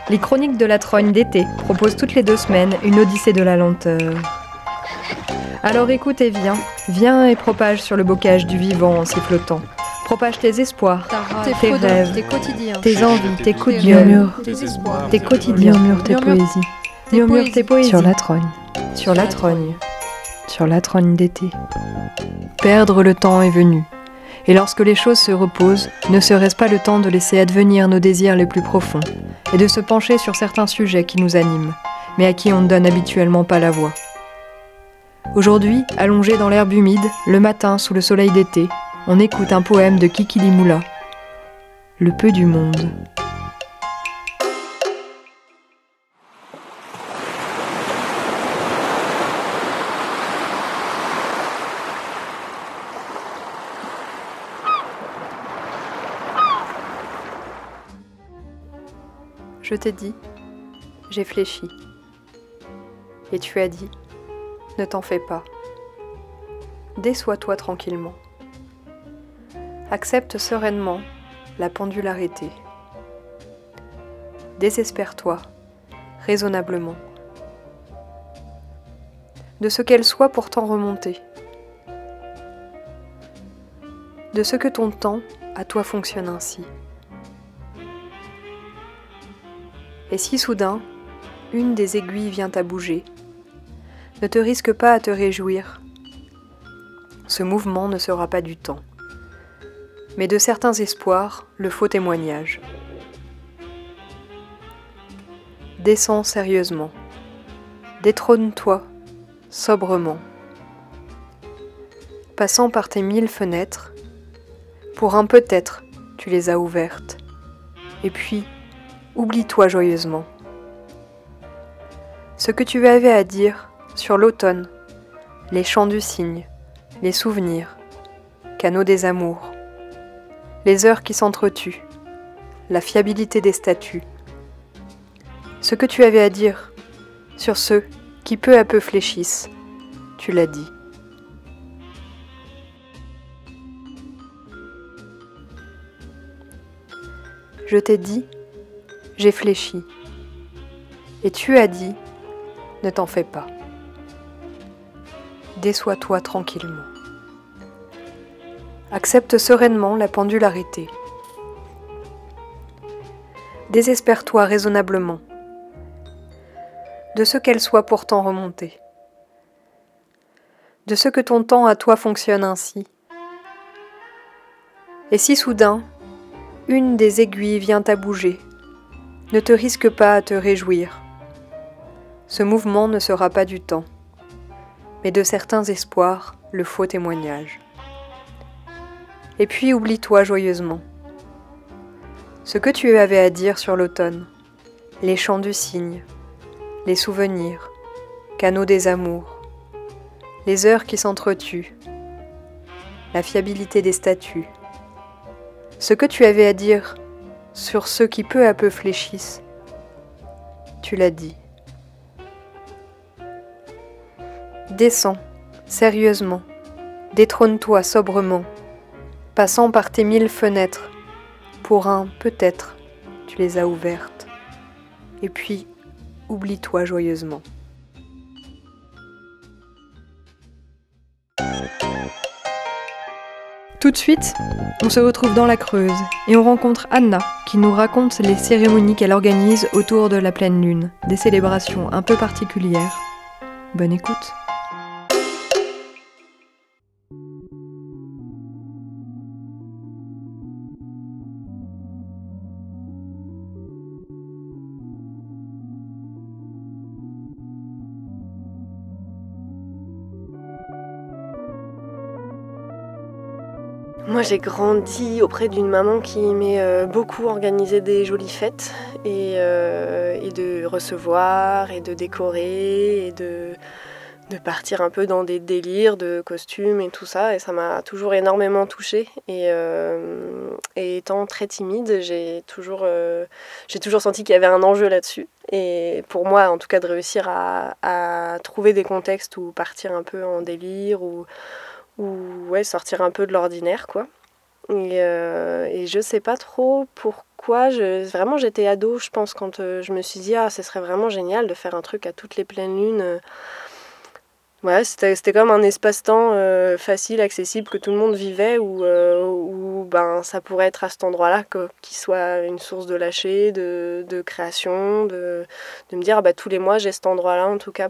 Les chroniques de la Trogne d'été proposent toutes les 2 semaines une odyssée de la lenteur. Alors écoute et viens et propage sur le bocage du vivant en sifflotant. Propage tes espoirs, tes rêves, tes quotidiens, tes envies, tes coups de tes gueule, murmures, tes espoirs, tes quotidiens, Murmure tes poésies. murmure tes poésies Sur la Trogne. sur la Trogne. Sur la Trogne d'été. Perdre le temps est venu. Et lorsque les choses se reposent, ne serait-ce pas le temps de laisser advenir nos désirs les plus profonds et de se pencher sur certains sujets qui nous animent, mais à qui on ne donne habituellement pas la voix. Aujourd'hui, allongé dans l'herbe humide, le matin sous le soleil d'été, on écoute un poème de Kikili-Moula, Le peu du monde. Je t'ai dit, j'ai fléchi. Et tu as dit, ne t'en fais pas. Déçois-toi tranquillement. Accepte sereinement la pendularité. Désespère-toi raisonnablement de ce qu'elle soit pourtant remontée, de ce que ton temps à toi fonctionne ainsi. Et si soudain, une des aiguilles vient à bouger, ne te risque pas à te réjouir. Ce mouvement ne sera pas du temps, mais de certains espoirs, le faux témoignage. Descends sérieusement, détrône-toi sobrement, passant par tes 1000 fenêtres, pour un peut-être tu les as ouvertes, et puis oublie-toi joyeusement. Ce que tu avais à dire sur l'automne, les chants du cygne, les souvenirs, canaux des amours, les heures qui s'entretuent, la fiabilité des statues. Ce que tu avais à dire sur ceux qui peu à peu fléchissent, tu l'as dit. Je t'ai dit, j'ai fléchi. Et tu as dit, ne t'en fais pas. Déçois-toi tranquillement. Accepte sereinement la pendularité. Désespère-toi raisonnablement de ce qu'elle soit pourtant remontée, de ce que ton temps à toi fonctionne ainsi. Et si soudain, une des aiguilles vient à bouger, ne te risque pas à te réjouir. Ce mouvement ne sera pas du temps, mais de certains espoirs, le faux témoignage. Et puis oublie-toi joyeusement. Ce que tu avais à dire sur l'automne, les chants du cygne, les souvenirs, canaux des amours, les heures qui s'entretuent, la fiabilité des statues. Ce que tu avais à dire sur ceux qui peu à peu fléchissent, tu l'as dit. Descends, sérieusement, détrône-toi sobrement, passant par tes 1000 fenêtres, pour un peut-être, tu les as ouvertes, et puis oublie-toi joyeusement. Tout de suite, on se retrouve dans la Creuse et on rencontre Anna qui nous raconte les cérémonies qu'elle organise autour de la pleine lune, des célébrations un peu particulières. Bonne écoute. Moi, j'ai grandi auprès d'une maman qui aimait beaucoup organiser des jolies fêtes et de recevoir et de décorer et de partir un peu dans des délires de costumes et tout ça. Et ça m'a toujours énormément touchée. Et étant très timide, j'ai toujours senti qu'il y avait un enjeu là-dessus. Et pour moi, en tout cas, de réussir à trouver des contextes où partir un peu en délire ou ouais, sortir un peu de l'ordinaire, quoi. Et je sais pas trop pourquoi. Vraiment, j'étais ado, je pense, quand je me suis dit, ah, ce serait vraiment génial de faire un truc à toutes les pleines lunes. Ouais, c'était comme un espace-temps facile, accessible, que tout le monde vivait, où ben, ça pourrait être à cet endroit-là, qui soit une source de lâcher, de création, de me dire, ah, bah, tous les mois, j'ai cet endroit-là, en tout cas,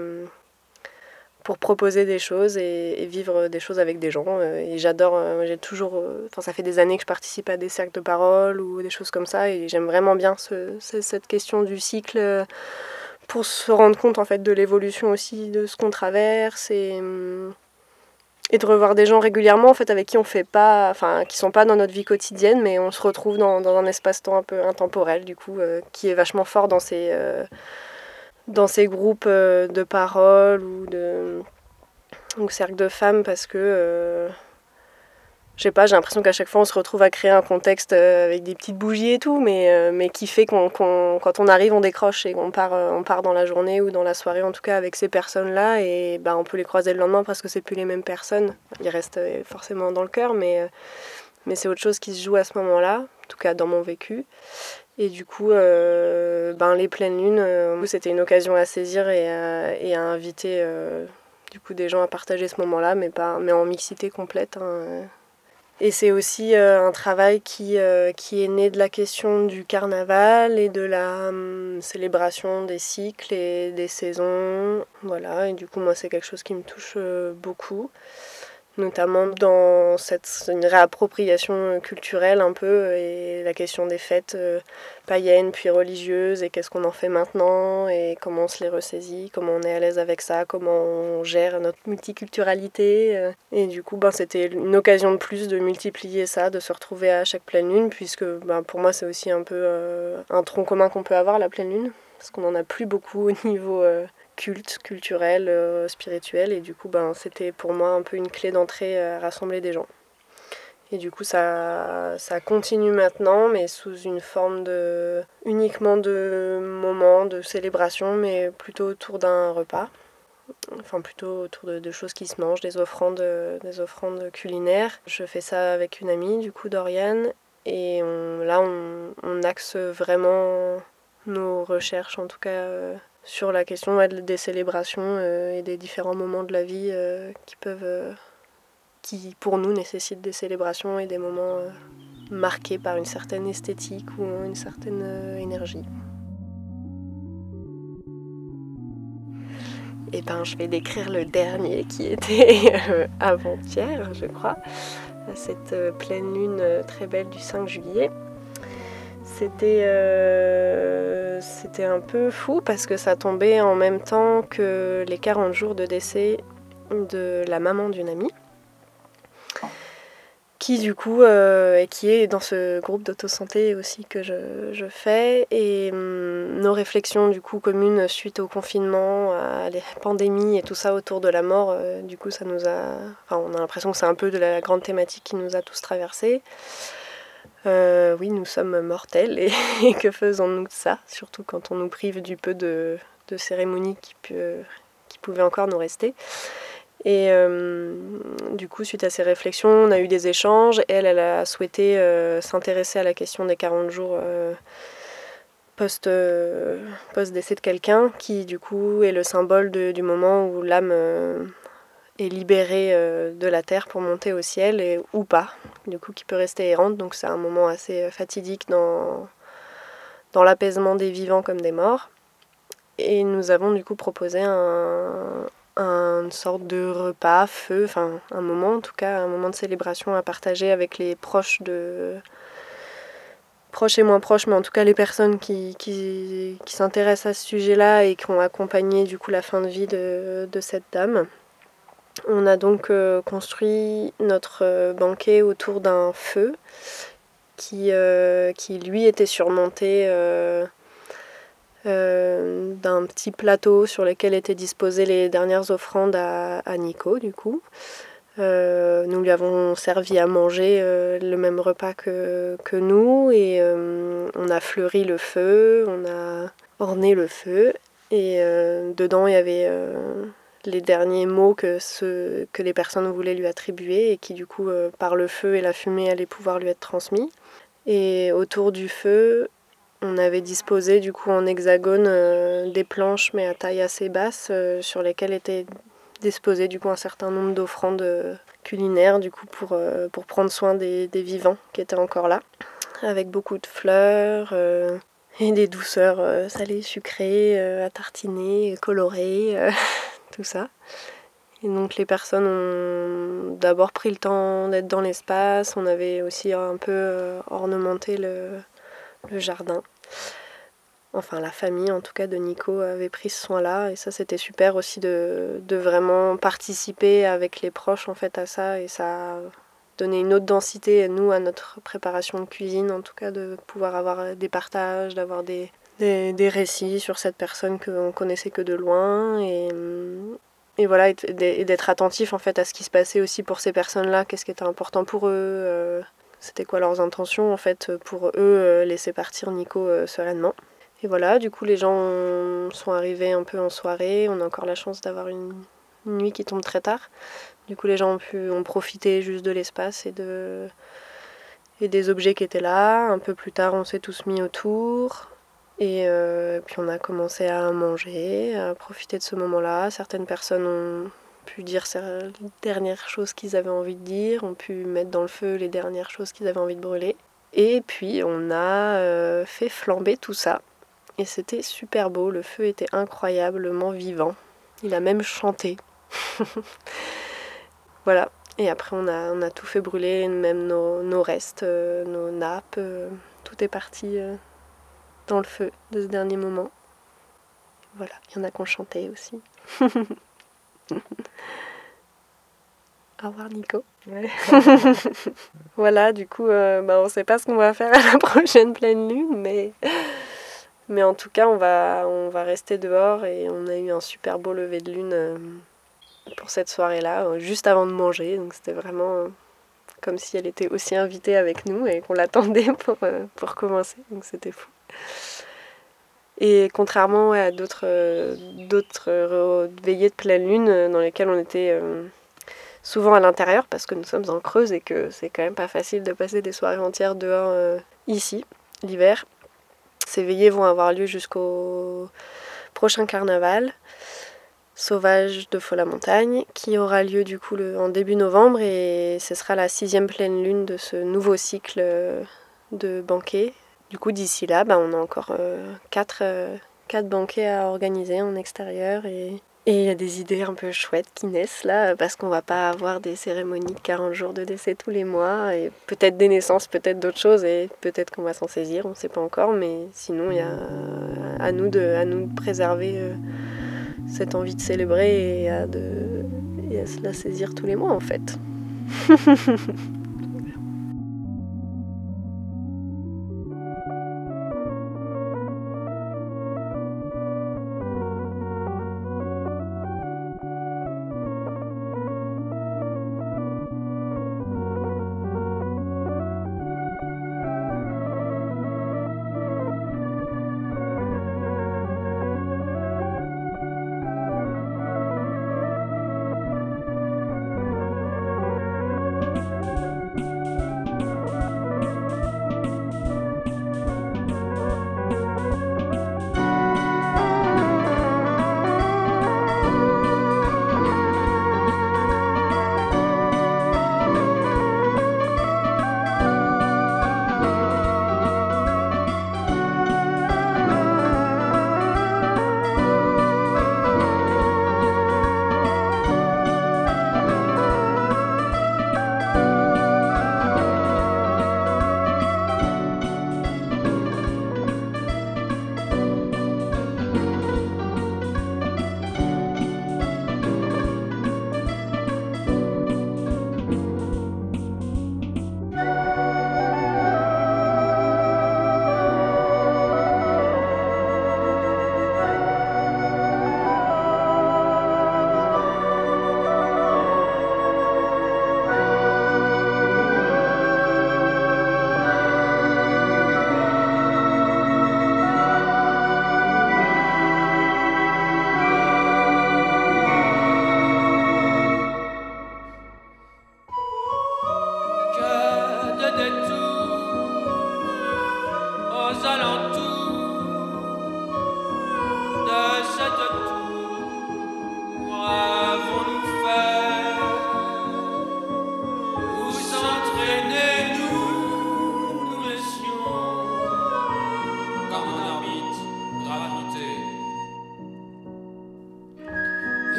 pour proposer des choses et vivre des choses avec des gens. Et j'adore, j'ai toujours... Enfin, ça fait des années que je participe à des cercles de parole ou des choses comme ça, et j'aime vraiment bien cette question du cycle pour se rendre compte, en fait, de l'évolution aussi de ce qu'on traverse et de revoir des gens régulièrement, en fait, avec qui on fait pas... Enfin, qui sont pas dans notre vie quotidienne, mais on se retrouve dans un espace-temps un peu intemporel, du coup, qui est vachement fort dans ces groupes de parole ou cercle de femmes, parce que je sais pas, j'ai l'impression qu'à chaque fois on se retrouve à créer un contexte avec des petites bougies et tout, mais qui fait quand on arrive, on décroche et on part dans la journée ou dans la soirée, en tout cas avec ces personnes-là, et bah, on peut les croiser le lendemain parce que c'est plus les mêmes personnes. Ils restent forcément dans le cœur, mais c'est autre chose qui se joue à ce moment-là, en tout cas dans mon vécu. Et du coup, ben, les pleines lunes, c'était une occasion à saisir et à inviter du coup des gens à partager ce moment-là, mais en mixité complète, hein. Et c'est aussi un travail qui est né de la question du carnaval et de la célébration des cycles et des saisons. Voilà, et du coup, moi, c'est quelque chose qui me touche beaucoup, notamment dans une réappropriation culturelle un peu, et la question des fêtes païennes puis religieuses, et qu'est-ce qu'on en fait maintenant, et comment on se les ressaisit, comment on est à l'aise avec ça, comment on gère notre multiculturalité. Et du coup, ben, c'était une occasion de plus de multiplier ça, de se retrouver à chaque pleine lune, puisque ben, pour moi c'est aussi un peu un tronc commun qu'on peut avoir, la pleine lune, parce qu'on n'en a plus beaucoup au niveau culte, culturel, spirituel, et du coup ben, c'était pour moi un peu une clé d'entrée à rassembler des gens. Et du coup ça continue maintenant, mais sous une forme uniquement de moments de célébration, mais plutôt autour d'un repas, enfin plutôt autour de choses qui se mangent, des offrandes culinaires. Je fais ça avec une amie, du coup Doriane, et on axe vraiment nos recherches, en tout cas sur la question des célébrations et des différents moments de la vie qui pour nous nécessitent des célébrations et des moments marqués par une certaine esthétique ou une certaine énergie. Et ben, je vais décrire le dernier qui était avant-hier, je crois, cette pleine lune très belle du 5 juillet. C'était un peu fou parce que ça tombait en même temps que les 40 jours de décès de la maman d'une amie, qui du coup qui est dans ce groupe d'autosanté aussi que je fais, et nos réflexions du coup communes suite au confinement, à les pandémies et tout ça autour de la mort, du coup ça nous a, enfin on a l'impression que c'est un peu de la grande thématique qui nous a tous traversés. Oui, nous sommes mortels, et que faisons-nous de ça, surtout quand on nous prive du peu de cérémonies qui pouvaient encore nous rester. Et du coup, suite à ces réflexions, on a eu des échanges. Elle a souhaité s'intéresser à la question des 40 jours post-décès de quelqu'un, qui du coup est le symbole du moment où l'âme est libérée de la terre pour monter au ciel, ou pas, du coup qui peut rester errante. Donc c'est un moment assez fatidique dans l'apaisement des vivants comme des morts. Et nous avons du coup proposé une sorte de repas, feu, enfin un moment en tout cas, un moment de célébration à partager avec les proches et moins proches, mais en tout cas les personnes qui s'intéressent à ce sujet-là et qui ont accompagné du coup la fin de vie de cette dame. On a donc construit notre banquet autour d'un feu qui lui était surmonté d'un petit plateau sur lequel étaient disposées les dernières offrandes à Nico, du coup. Nous lui avons servi à manger le même repas que nous, et on a fleuri le feu, on a orné le feu, et dedans il y avait les derniers mots que les personnes voulaient lui attribuer et qui du coup par le feu et la fumée allaient pouvoir lui être transmis. Et autour du feu, on avait disposé du coup en hexagone des planches mais à taille assez basse sur lesquelles étaient disposées du coup un certain nombre d'offrandes culinaires du coup pour prendre soin des vivants qui étaient encore là, avec beaucoup de fleurs et des douceurs salées, sucrées, à tartiner, colorées, tout ça. Et donc les personnes ont d'abord pris le temps d'être dans l'espace, on avait aussi un peu ornementé le jardin. Enfin, la famille, en tout cas, de Nico avait pris ce soin-là. Et ça, c'était super aussi de vraiment participer avec les proches, en fait, à ça. Et ça a donné une autre densité, nous, à notre préparation de cuisine, en tout cas, de pouvoir avoir des partages, d'avoir des récits sur cette personne qu'on connaissait que de loin. Et voilà, et d'être attentif, en fait, à ce qui se passait aussi pour ces personnes-là. Qu'est-ce qui était important pour eux c'était quoi leurs intentions, en fait, pour eux, laisser partir Nico sereinement. Et voilà, du coup, les gens sont arrivés un peu en soirée. On a encore la chance d'avoir une nuit qui tombe très tard. Du coup, les gens ont profité juste de l'espace et des objets qui étaient là. Un peu plus tard, on s'est tous mis autour. Et puis, on a commencé à manger, à profiter de ce moment-là. Certaines personnes ont pu dire les dernières choses qu'ils avaient envie de dire, ont pu mettre dans le feu les dernières choses qu'ils avaient envie de brûler. Et puis, on a fait flamber tout ça. Et c'était super beau, le feu était incroyablement vivant. Il a même chanté. Voilà. Et après, on a tout fait brûler, même nos restes, nos nappes. Tout est parti dans le feu de ce dernier moment. Voilà, il y en a qui ont chanté aussi. Au revoir Nico. Ouais. Voilà, du coup, on ne sait pas ce qu'on va faire à la prochaine pleine lune, mais en tout cas, on va rester dehors et on a eu un super beau lever de lune pour cette soirée-là, juste avant de manger. Donc c'était vraiment comme si elle était aussi invitée avec nous et qu'on l'attendait pour commencer. Donc c'était fou. Et contrairement à d'autres veillées de pleine lune dans lesquelles on était souvent à l'intérieur parce que nous sommes en Creuse et que c'est quand même pas facile de passer des soirées entières dehors ici, l'hiver. Ces veillées vont avoir lieu jusqu'au prochain carnaval sauvage de Folla-Montagne qui aura lieu du coup en début novembre et ce sera la 6e pleine lune de ce nouveau cycle de banquets. Du coup d'ici là, on a encore 4 banquets à organiser en extérieur et il y a des idées un peu chouettes qui naissent là parce qu'on va pas avoir des cérémonies de 40 jours de décès tous les mois et peut-être des naissances, peut-être d'autres choses et peut-être qu'on va s'en saisir, on sait pas encore, mais sinon il y a à nous de préserver cette envie de célébrer et à se la saisir tous les mois en fait.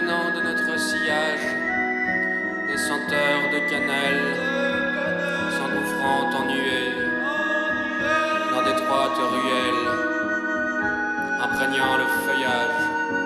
émanant de notre sillage, des senteurs de cannelle, s'engouffrant en nuées, dans d'étroites ruelles, imprégnant le feuillage.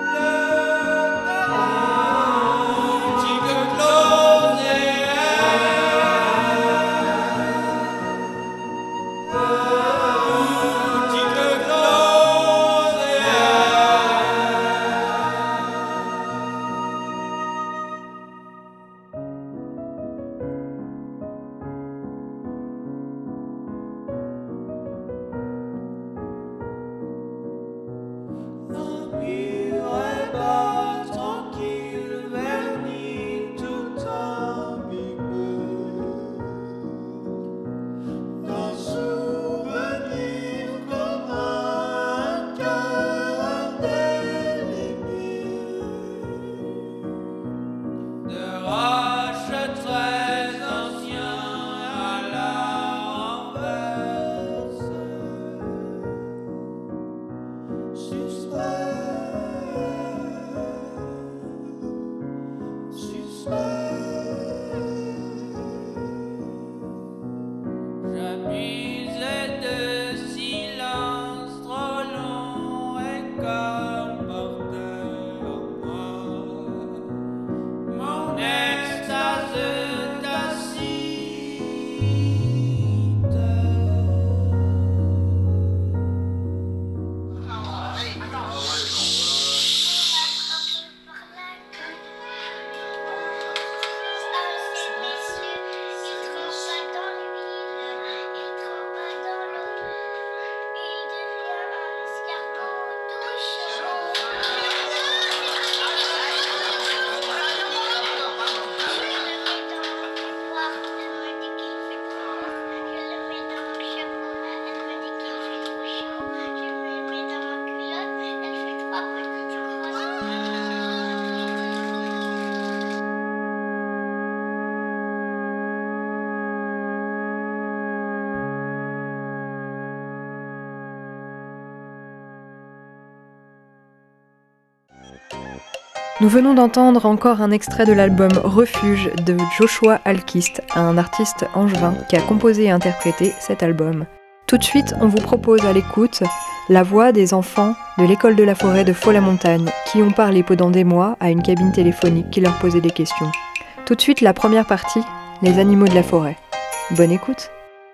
Nous venons d'entendre encore un extrait de l'album Refuge de Joshua Alkist, un artiste angevin qui a composé et interprété cet album. Tout de suite, on vous propose à l'écoute la voix des enfants de l'école de la forêt de Faux-la-Montagne qui ont parlé pendant des mois à une cabine téléphonique qui leur posait des questions. Tout de suite, la première partie, les animaux de la forêt. Bonne écoute.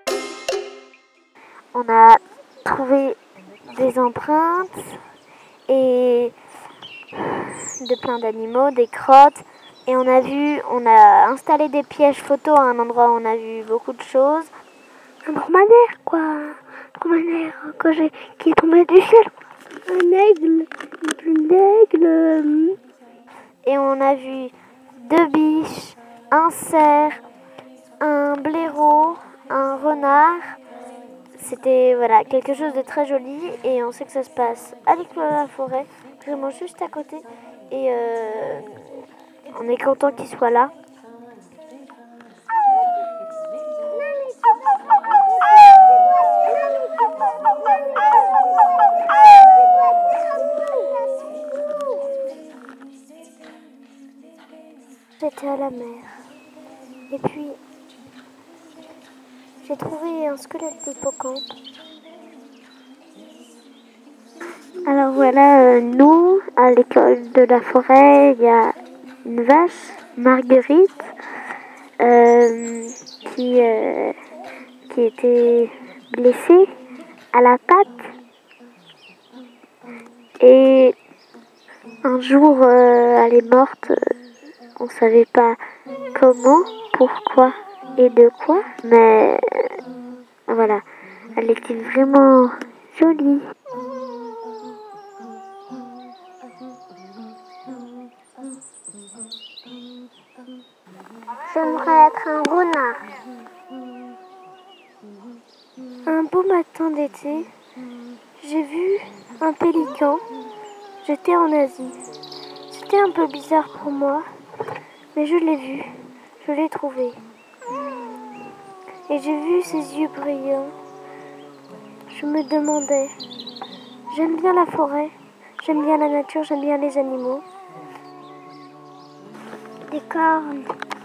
On a trouvé des empreintes et de plein d'animaux, des crottes, et on a installé des pièges photos à un endroit où on a vu beaucoup de choses. Un dromadaire, quoi, un dromadaire qui est tombé du ciel, un aigle, une plume d'aigle. Et on a vu 2 biches, un cerf, un blaireau, un renard. C'était quelque chose de très joli, et on sait que ça se passe à l'école de la forêt, vraiment juste à côté, et on est content qu'il soit là. J'étais à la mer, et puis j'ai trouvé un squelette d'hippocampe. Alors voilà, nous, à l'école de la forêt, il y a une vache, Marguerite, qui était blessée à la patte. Et un jour, elle est morte. On ne savait pas comment, pourquoi et de quoi. Mais voilà, elle était vraiment jolie. J'aimerais être un renard. Un beau matin d'été, j'ai vu un pélican. J'étais en Asie. C'était un peu bizarre pour moi, mais je l'ai vu, je l'ai trouvé. Et j'ai vu ses yeux brillants. Je me demandais, j'aime bien la forêt, j'aime bien la nature, j'aime bien les animaux. des cornes.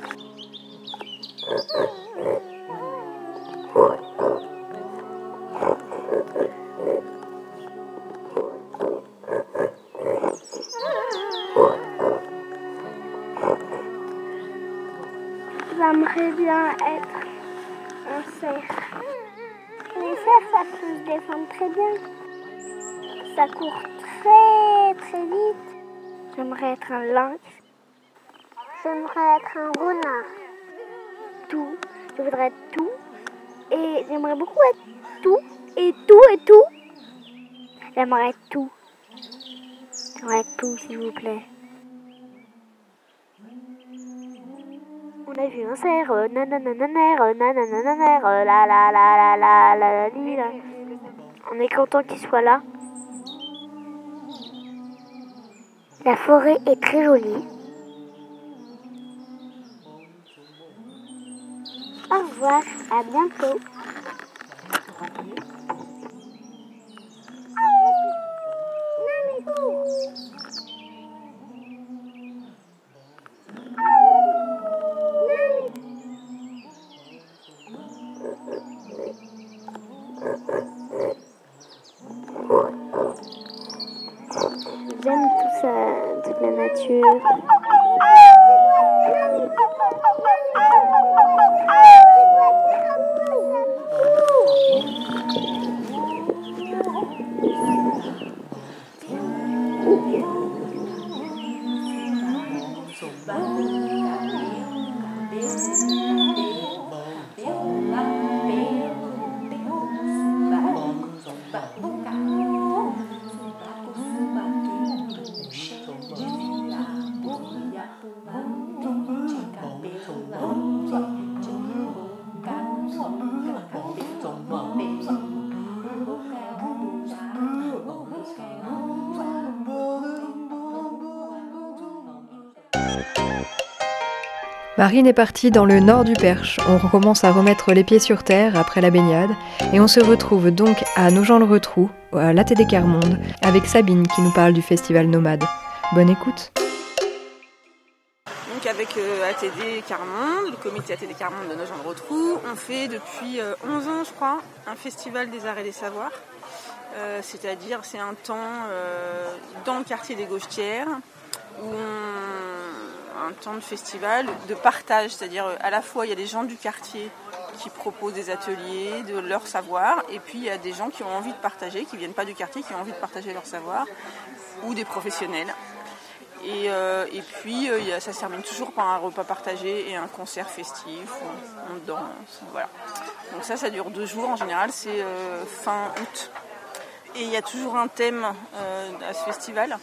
J'aimerais bien être un cerf. Les cerfs, ça peut se défendre très bien. Ça court très très vite. J'aimerais être un lynx. J'aimerais être un renard. Tout. Je voudrais être tout. Et j'aimerais beaucoup être tout. Et tout et tout. J'aimerais être tout. J'aimerais être tout, s'il vous plaît. On a vu un cerf, nananananer, nananananer, la la la la la la la. On est content qu'il soit là. La forêt est très jolie. Au revoir, à bientôt. J'aime tout ça, toute la nature. Marine est partie dans le nord du Perche. On recommence à remettre les pieds sur terre après la baignade et on se retrouve donc à Nogent-le-Rotrou, à l'ATD Carmonde, avec Sabine qui nous parle du festival Nomade. Bonne écoute. Donc avec ATD Carmonde, le comité ATD Carmonde de Nogent-le-Rotrou, on fait depuis 11 ans je crois un festival des arts et des savoirs. C'est-à-dire c'est un temps dans le quartier des Gauchetières où un temps de festival, de partage, c'est-à-dire à la fois il y a des gens du quartier qui proposent des ateliers, de leur savoir, et puis il y a des gens qui ont envie de partager, qui viennent pas du quartier, qui ont envie de partager leur savoir, ou des professionnels. Et puis ça se termine toujours par un repas partagé et un concert festif, on danse, voilà. Donc ça dure 2 jours en général, c'est fin août. Et il y a toujours un thème à ce festival.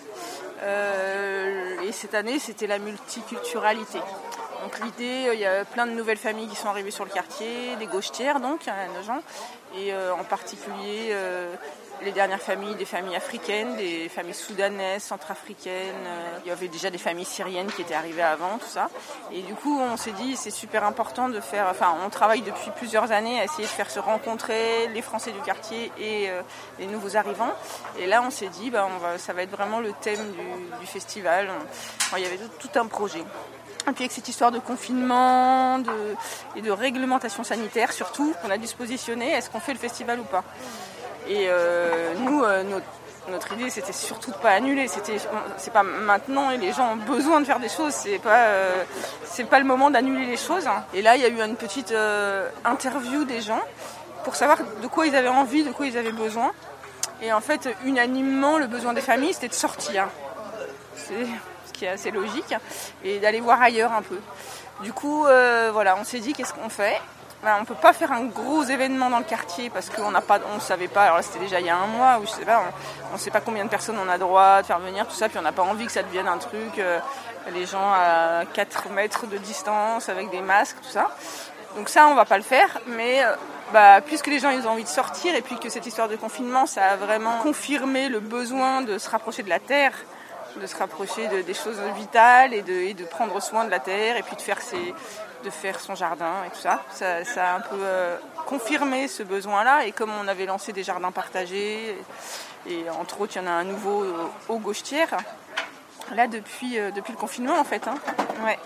Et cette année, c'était la multiculturalité. Donc l'idée, il y a plein de nouvelles familles qui sont arrivées sur le quartier, des Gauchetières donc, à Nogent, et en particulier les dernières familles, des familles africaines, des familles soudanaises, centrafricaines. Il y avait déjà des familles syriennes qui étaient arrivées avant, tout ça. Et du coup, on s'est dit, c'est super important de faire... Enfin, on travaille depuis plusieurs années à essayer de faire se rencontrer les Français du quartier et les nouveaux arrivants. Et là, on s'est dit, ça va être vraiment le thème du festival. Il y avait tout un projet. Et puis avec cette histoire de confinement et de réglementation sanitaire surtout, qu'on a dû se positionner, est-ce qu'on fait le festival ou pas ? Et nous, notre idée, c'était surtout de pas annuler. C'est pas maintenant, et les gens ont besoin de faire des choses. C'est pas le moment d'annuler les choses. Et là, il y a eu une petite interview des gens pour savoir de quoi ils avaient envie, de quoi ils avaient besoin. Et en fait, unanimement, le besoin des familles, c'était de sortir. C'est ce qui est assez logique, et d'aller voir ailleurs un peu. Du coup, on s'est dit, qu'est-ce qu'on fait ? On ne peut pas faire un gros événement dans le quartier parce qu'on ne savait pas, alors là c'était déjà il y a un mois, ou je sais pas, on ne sait pas combien de personnes on a droit de faire venir, tout ça, puis on n'a pas envie que ça devienne un truc, les gens à 4 mètres de distance avec des masques, tout ça. Donc ça, on ne va pas le faire, mais puisque les gens ils ont envie de sortir et puis que cette histoire de confinement, ça a vraiment confirmé le besoin de se rapprocher de la terre, de se rapprocher des choses vitales et de prendre soin de la terre et puis de faire son jardin et tout ça. Ça a un peu confirmé ce besoin-là. Et comme on avait lancé des jardins partagés, et entre autres, il y en a un nouveau aux Gauchetières, là, depuis le confinement, en fait. Ouais.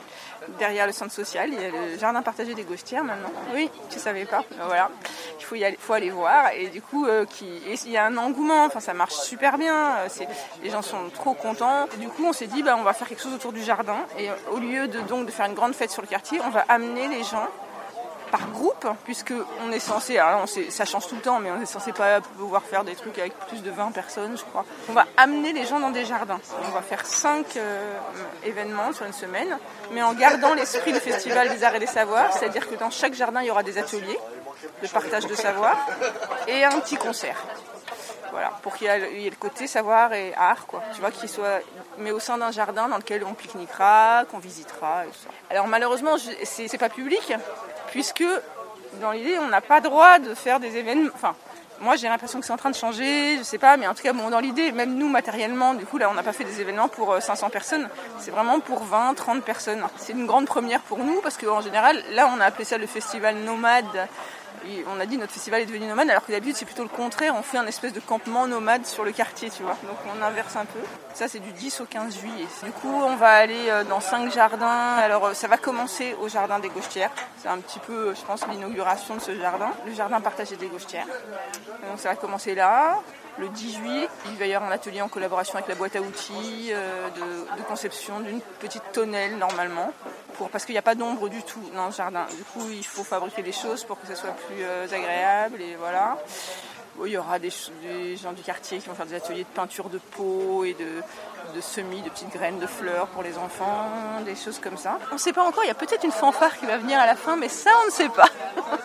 derrière le centre social. Il y a le jardin partagé des Gauchetières maintenant. Oui, tu savais pas. Voilà, faut aller voir. Et du coup, il y a un engouement. Enfin, ça marche super bien. Les gens sont trop contents. Et du coup, on s'est dit, on va faire quelque chose autour du jardin. Et au lieu de faire une grande fête sur le quartier, on va amener les gens par groupe, puisque on est censé, ça change tout le temps, mais on est censé pas pouvoir faire des trucs avec plus de 20 personnes, je crois. On va amener les gens dans des jardins. On va faire 5 événements sur une semaine, mais en gardant l'esprit du Festival des Arts et des Savoirs, c'est-à-dire que dans chaque jardin, il y aura des ateliers de partage de savoir et un petit concert. Voilà, pour qu'il y ait le côté savoir et art, quoi. Tu vois, qu'il soit, mais au sein d'un jardin dans lequel on pique-niquera, qu'on visitera. Et tout ça. Alors malheureusement, c'est pas public, puisque dans l'idée, on n'a pas droit de faire des événements. Enfin, moi, j'ai l'impression que c'est en train de changer, je sais pas, mais en tout cas, dans l'idée, même nous, matériellement, du coup, là, on n'a pas fait des événements pour 500 personnes. C'est vraiment pour 20, 30 personnes. C'est une grande première pour nous, parce qu'en général, là, on a appelé ça le festival nomade. Et on a dit notre festival est devenu nomade, alors que d'habitude c'est plutôt le contraire, on fait un espèce de campement nomade sur le quartier, tu vois. Donc on inverse un peu. Ça c'est du 10 au 15 juillet. Du coup on va aller dans 5 jardins. Alors ça va commencer au jardin des Gauchetières. C'est un petit peu, je pense, l'inauguration de ce jardin. Le jardin partagé des Gauchetières. Donc ça va commencer là. Le 10 juillet, il va y avoir un atelier en collaboration avec la boîte à outils de conception d'une petite tonnelle normalement, parce qu'il n'y a pas d'ombre du tout dans le jardin. Du coup, il faut fabriquer des choses pour que ça soit plus agréable et voilà. Il y aura des gens du quartier qui vont faire des ateliers de peinture de peau et de semis, de petites graines de fleurs pour les enfants, des choses comme ça. On ne sait pas encore, il y a peut-être une fanfare qui va venir à la fin, mais ça on ne sait pas.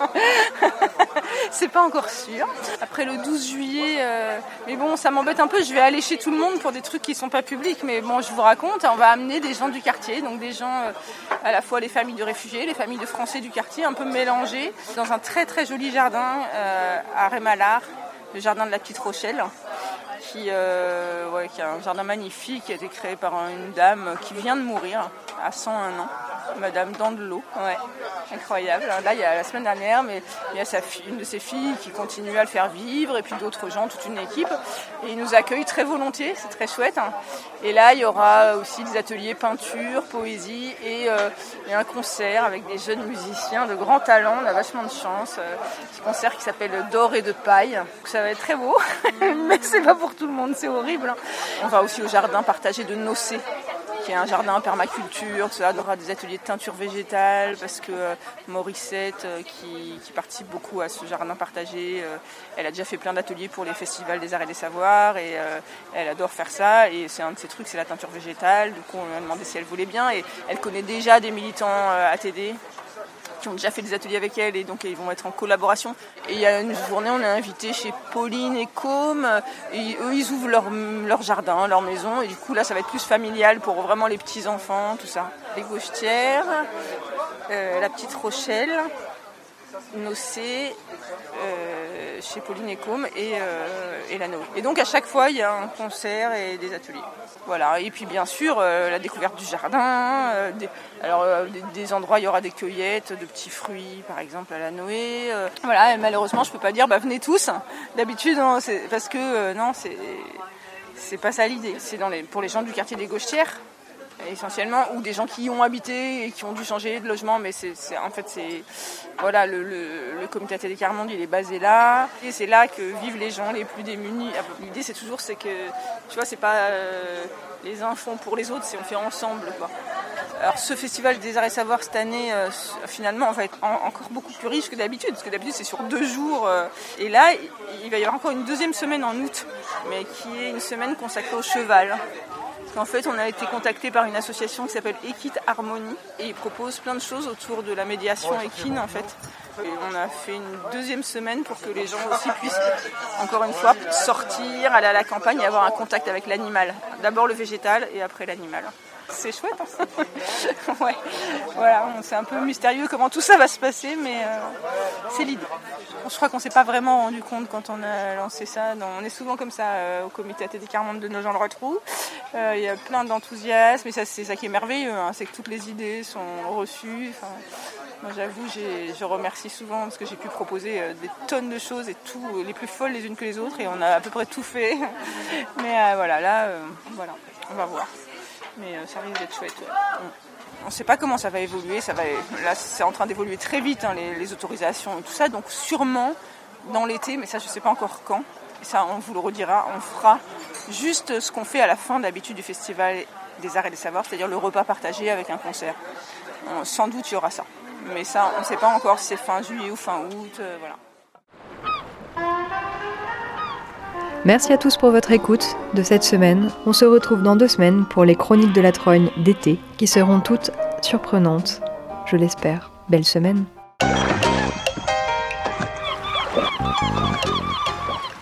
C'est pas encore sûr. Après le 12 juillet, mais bon, ça m'embête un peu, je vais aller chez tout le monde pour des trucs qui sont pas publics, mais bon, je vous raconte, on va amener des gens du quartier, donc des gens, à la fois les familles de réfugiés, les familles de Français du quartier, un peu mélangées, dans un très très joli jardin à Rémalard, le jardin de la Petite Rochelle, qui est un jardin magnifique, qui a été créé par une dame qui vient de mourir à 101 ans, Madame Dandelot, ouais, incroyable. Là, il y a la semaine dernière, mais il y a une de ses filles qui continue à le faire vivre, et puis d'autres gens, toute une équipe, et ils nous accueillent très volontiers, c'est très chouette. Et là, il y aura aussi des ateliers peinture, poésie, et un concert avec des jeunes musiciens de grand talent, on a vachement de chance. Ce concert qui s'appelle D'or et de paille, donc ça va être très beau, mais c'est pas pour tout le monde, c'est horrible. On va aussi au jardin partagé de Nocé, qui est un jardin en permaculture. Ça aura des ateliers de teinture végétale, parce que Morissette, qui participe beaucoup à ce jardin partagé, elle a déjà fait plein d'ateliers pour les festivals des arts et des savoirs, et elle adore faire ça, et c'est un de ses trucs, c'est la teinture végétale. Du coup on lui a demandé si elle voulait bien, et elle connaît déjà des militants ATD qui ont déjà fait des ateliers avec elle, et donc ils vont être en collaboration. Et il y a une journée, on est invité chez Pauline et Com, et eux ils ouvrent leur jardin, leur maison, et du coup là ça va être plus familial pour vraiment les petits enfants, tout ça. Les Gauchetières, la Petite Rochelle, Nocé, chez Pauline et Com, et l'Anneau. Et donc à chaque fois il y a un concert et des ateliers. Voilà, et puis bien sûr la découverte du jardin, des endroits, il y aura des cueillettes de petits fruits, par exemple à la Noé. Voilà, et malheureusement je peux pas dire venez tous. D'habitude, non, c'est parce que non, c'est pas ça l'idée. C'est pour les gens du quartier des Gauchetières essentiellement, ou des gens qui y ont habité et qui ont dû changer de logement, mais voilà, le comité ATD Carmonde, il est basé là, et c'est là que vivent les gens les plus démunis. L'idée c'est que, tu vois, c'est pas les uns font pour les autres, c'est on fait ensemble, quoi. Alors ce festival des arts et savoirs cette année, finalement, va être encore beaucoup plus riche que d'habitude, parce que d'habitude c'est sur 2 jours, et là il va y avoir encore une deuxième semaine en août, mais qui est une semaine consacrée au cheval. En fait, on a été contacté par une association qui s'appelle Equite Harmonie, et ils proposent plein de choses autour de la médiation équine, en fait. Et on a fait une deuxième semaine pour que les gens aussi puissent, encore une fois, sortir, aller à la campagne et avoir un contact avec l'animal. D'abord le végétal et après l'animal. C'est chouette, hein. Ouais. Voilà, c'est un peu mystérieux comment tout ça va se passer, mais c'est l'idée. Je crois qu'on ne s'est pas vraiment rendu compte quand on a lancé ça. On est souvent comme ça au comité ATD Carmonde de Nogent-le-Rotrou. Il y a plein d'enthousiasme, et ça, c'est ça qui est merveilleux, hein, c'est que toutes les idées sont reçues. Enfin, moi j'avoue, je remercie souvent parce que j'ai pu proposer des tonnes de choses, et tout, les plus folles les unes que les autres, et on a à peu près tout fait. Mais voilà, là, voilà, on va voir. Mais ça risque d'être chouette. Ouais. On ne sait pas comment ça va évoluer. Là, c'est en train d'évoluer très vite, hein, les autorisations et tout ça. Donc sûrement dans l'été, mais ça, je ne sais pas encore quand. Et ça, on vous le redira. On fera juste ce qu'on fait à la fin d'habitude du Festival des Arts et des Savoirs, c'est-à-dire le repas partagé avec un concert. Sans doute, il y aura ça. Mais ça, on ne sait pas encore si c'est fin juillet ou fin août. Voilà. Merci à tous pour votre écoute de cette semaine. On se retrouve dans 2 semaines pour les chroniques de la Trogne d'été, qui seront toutes surprenantes, je l'espère. Belle semaine!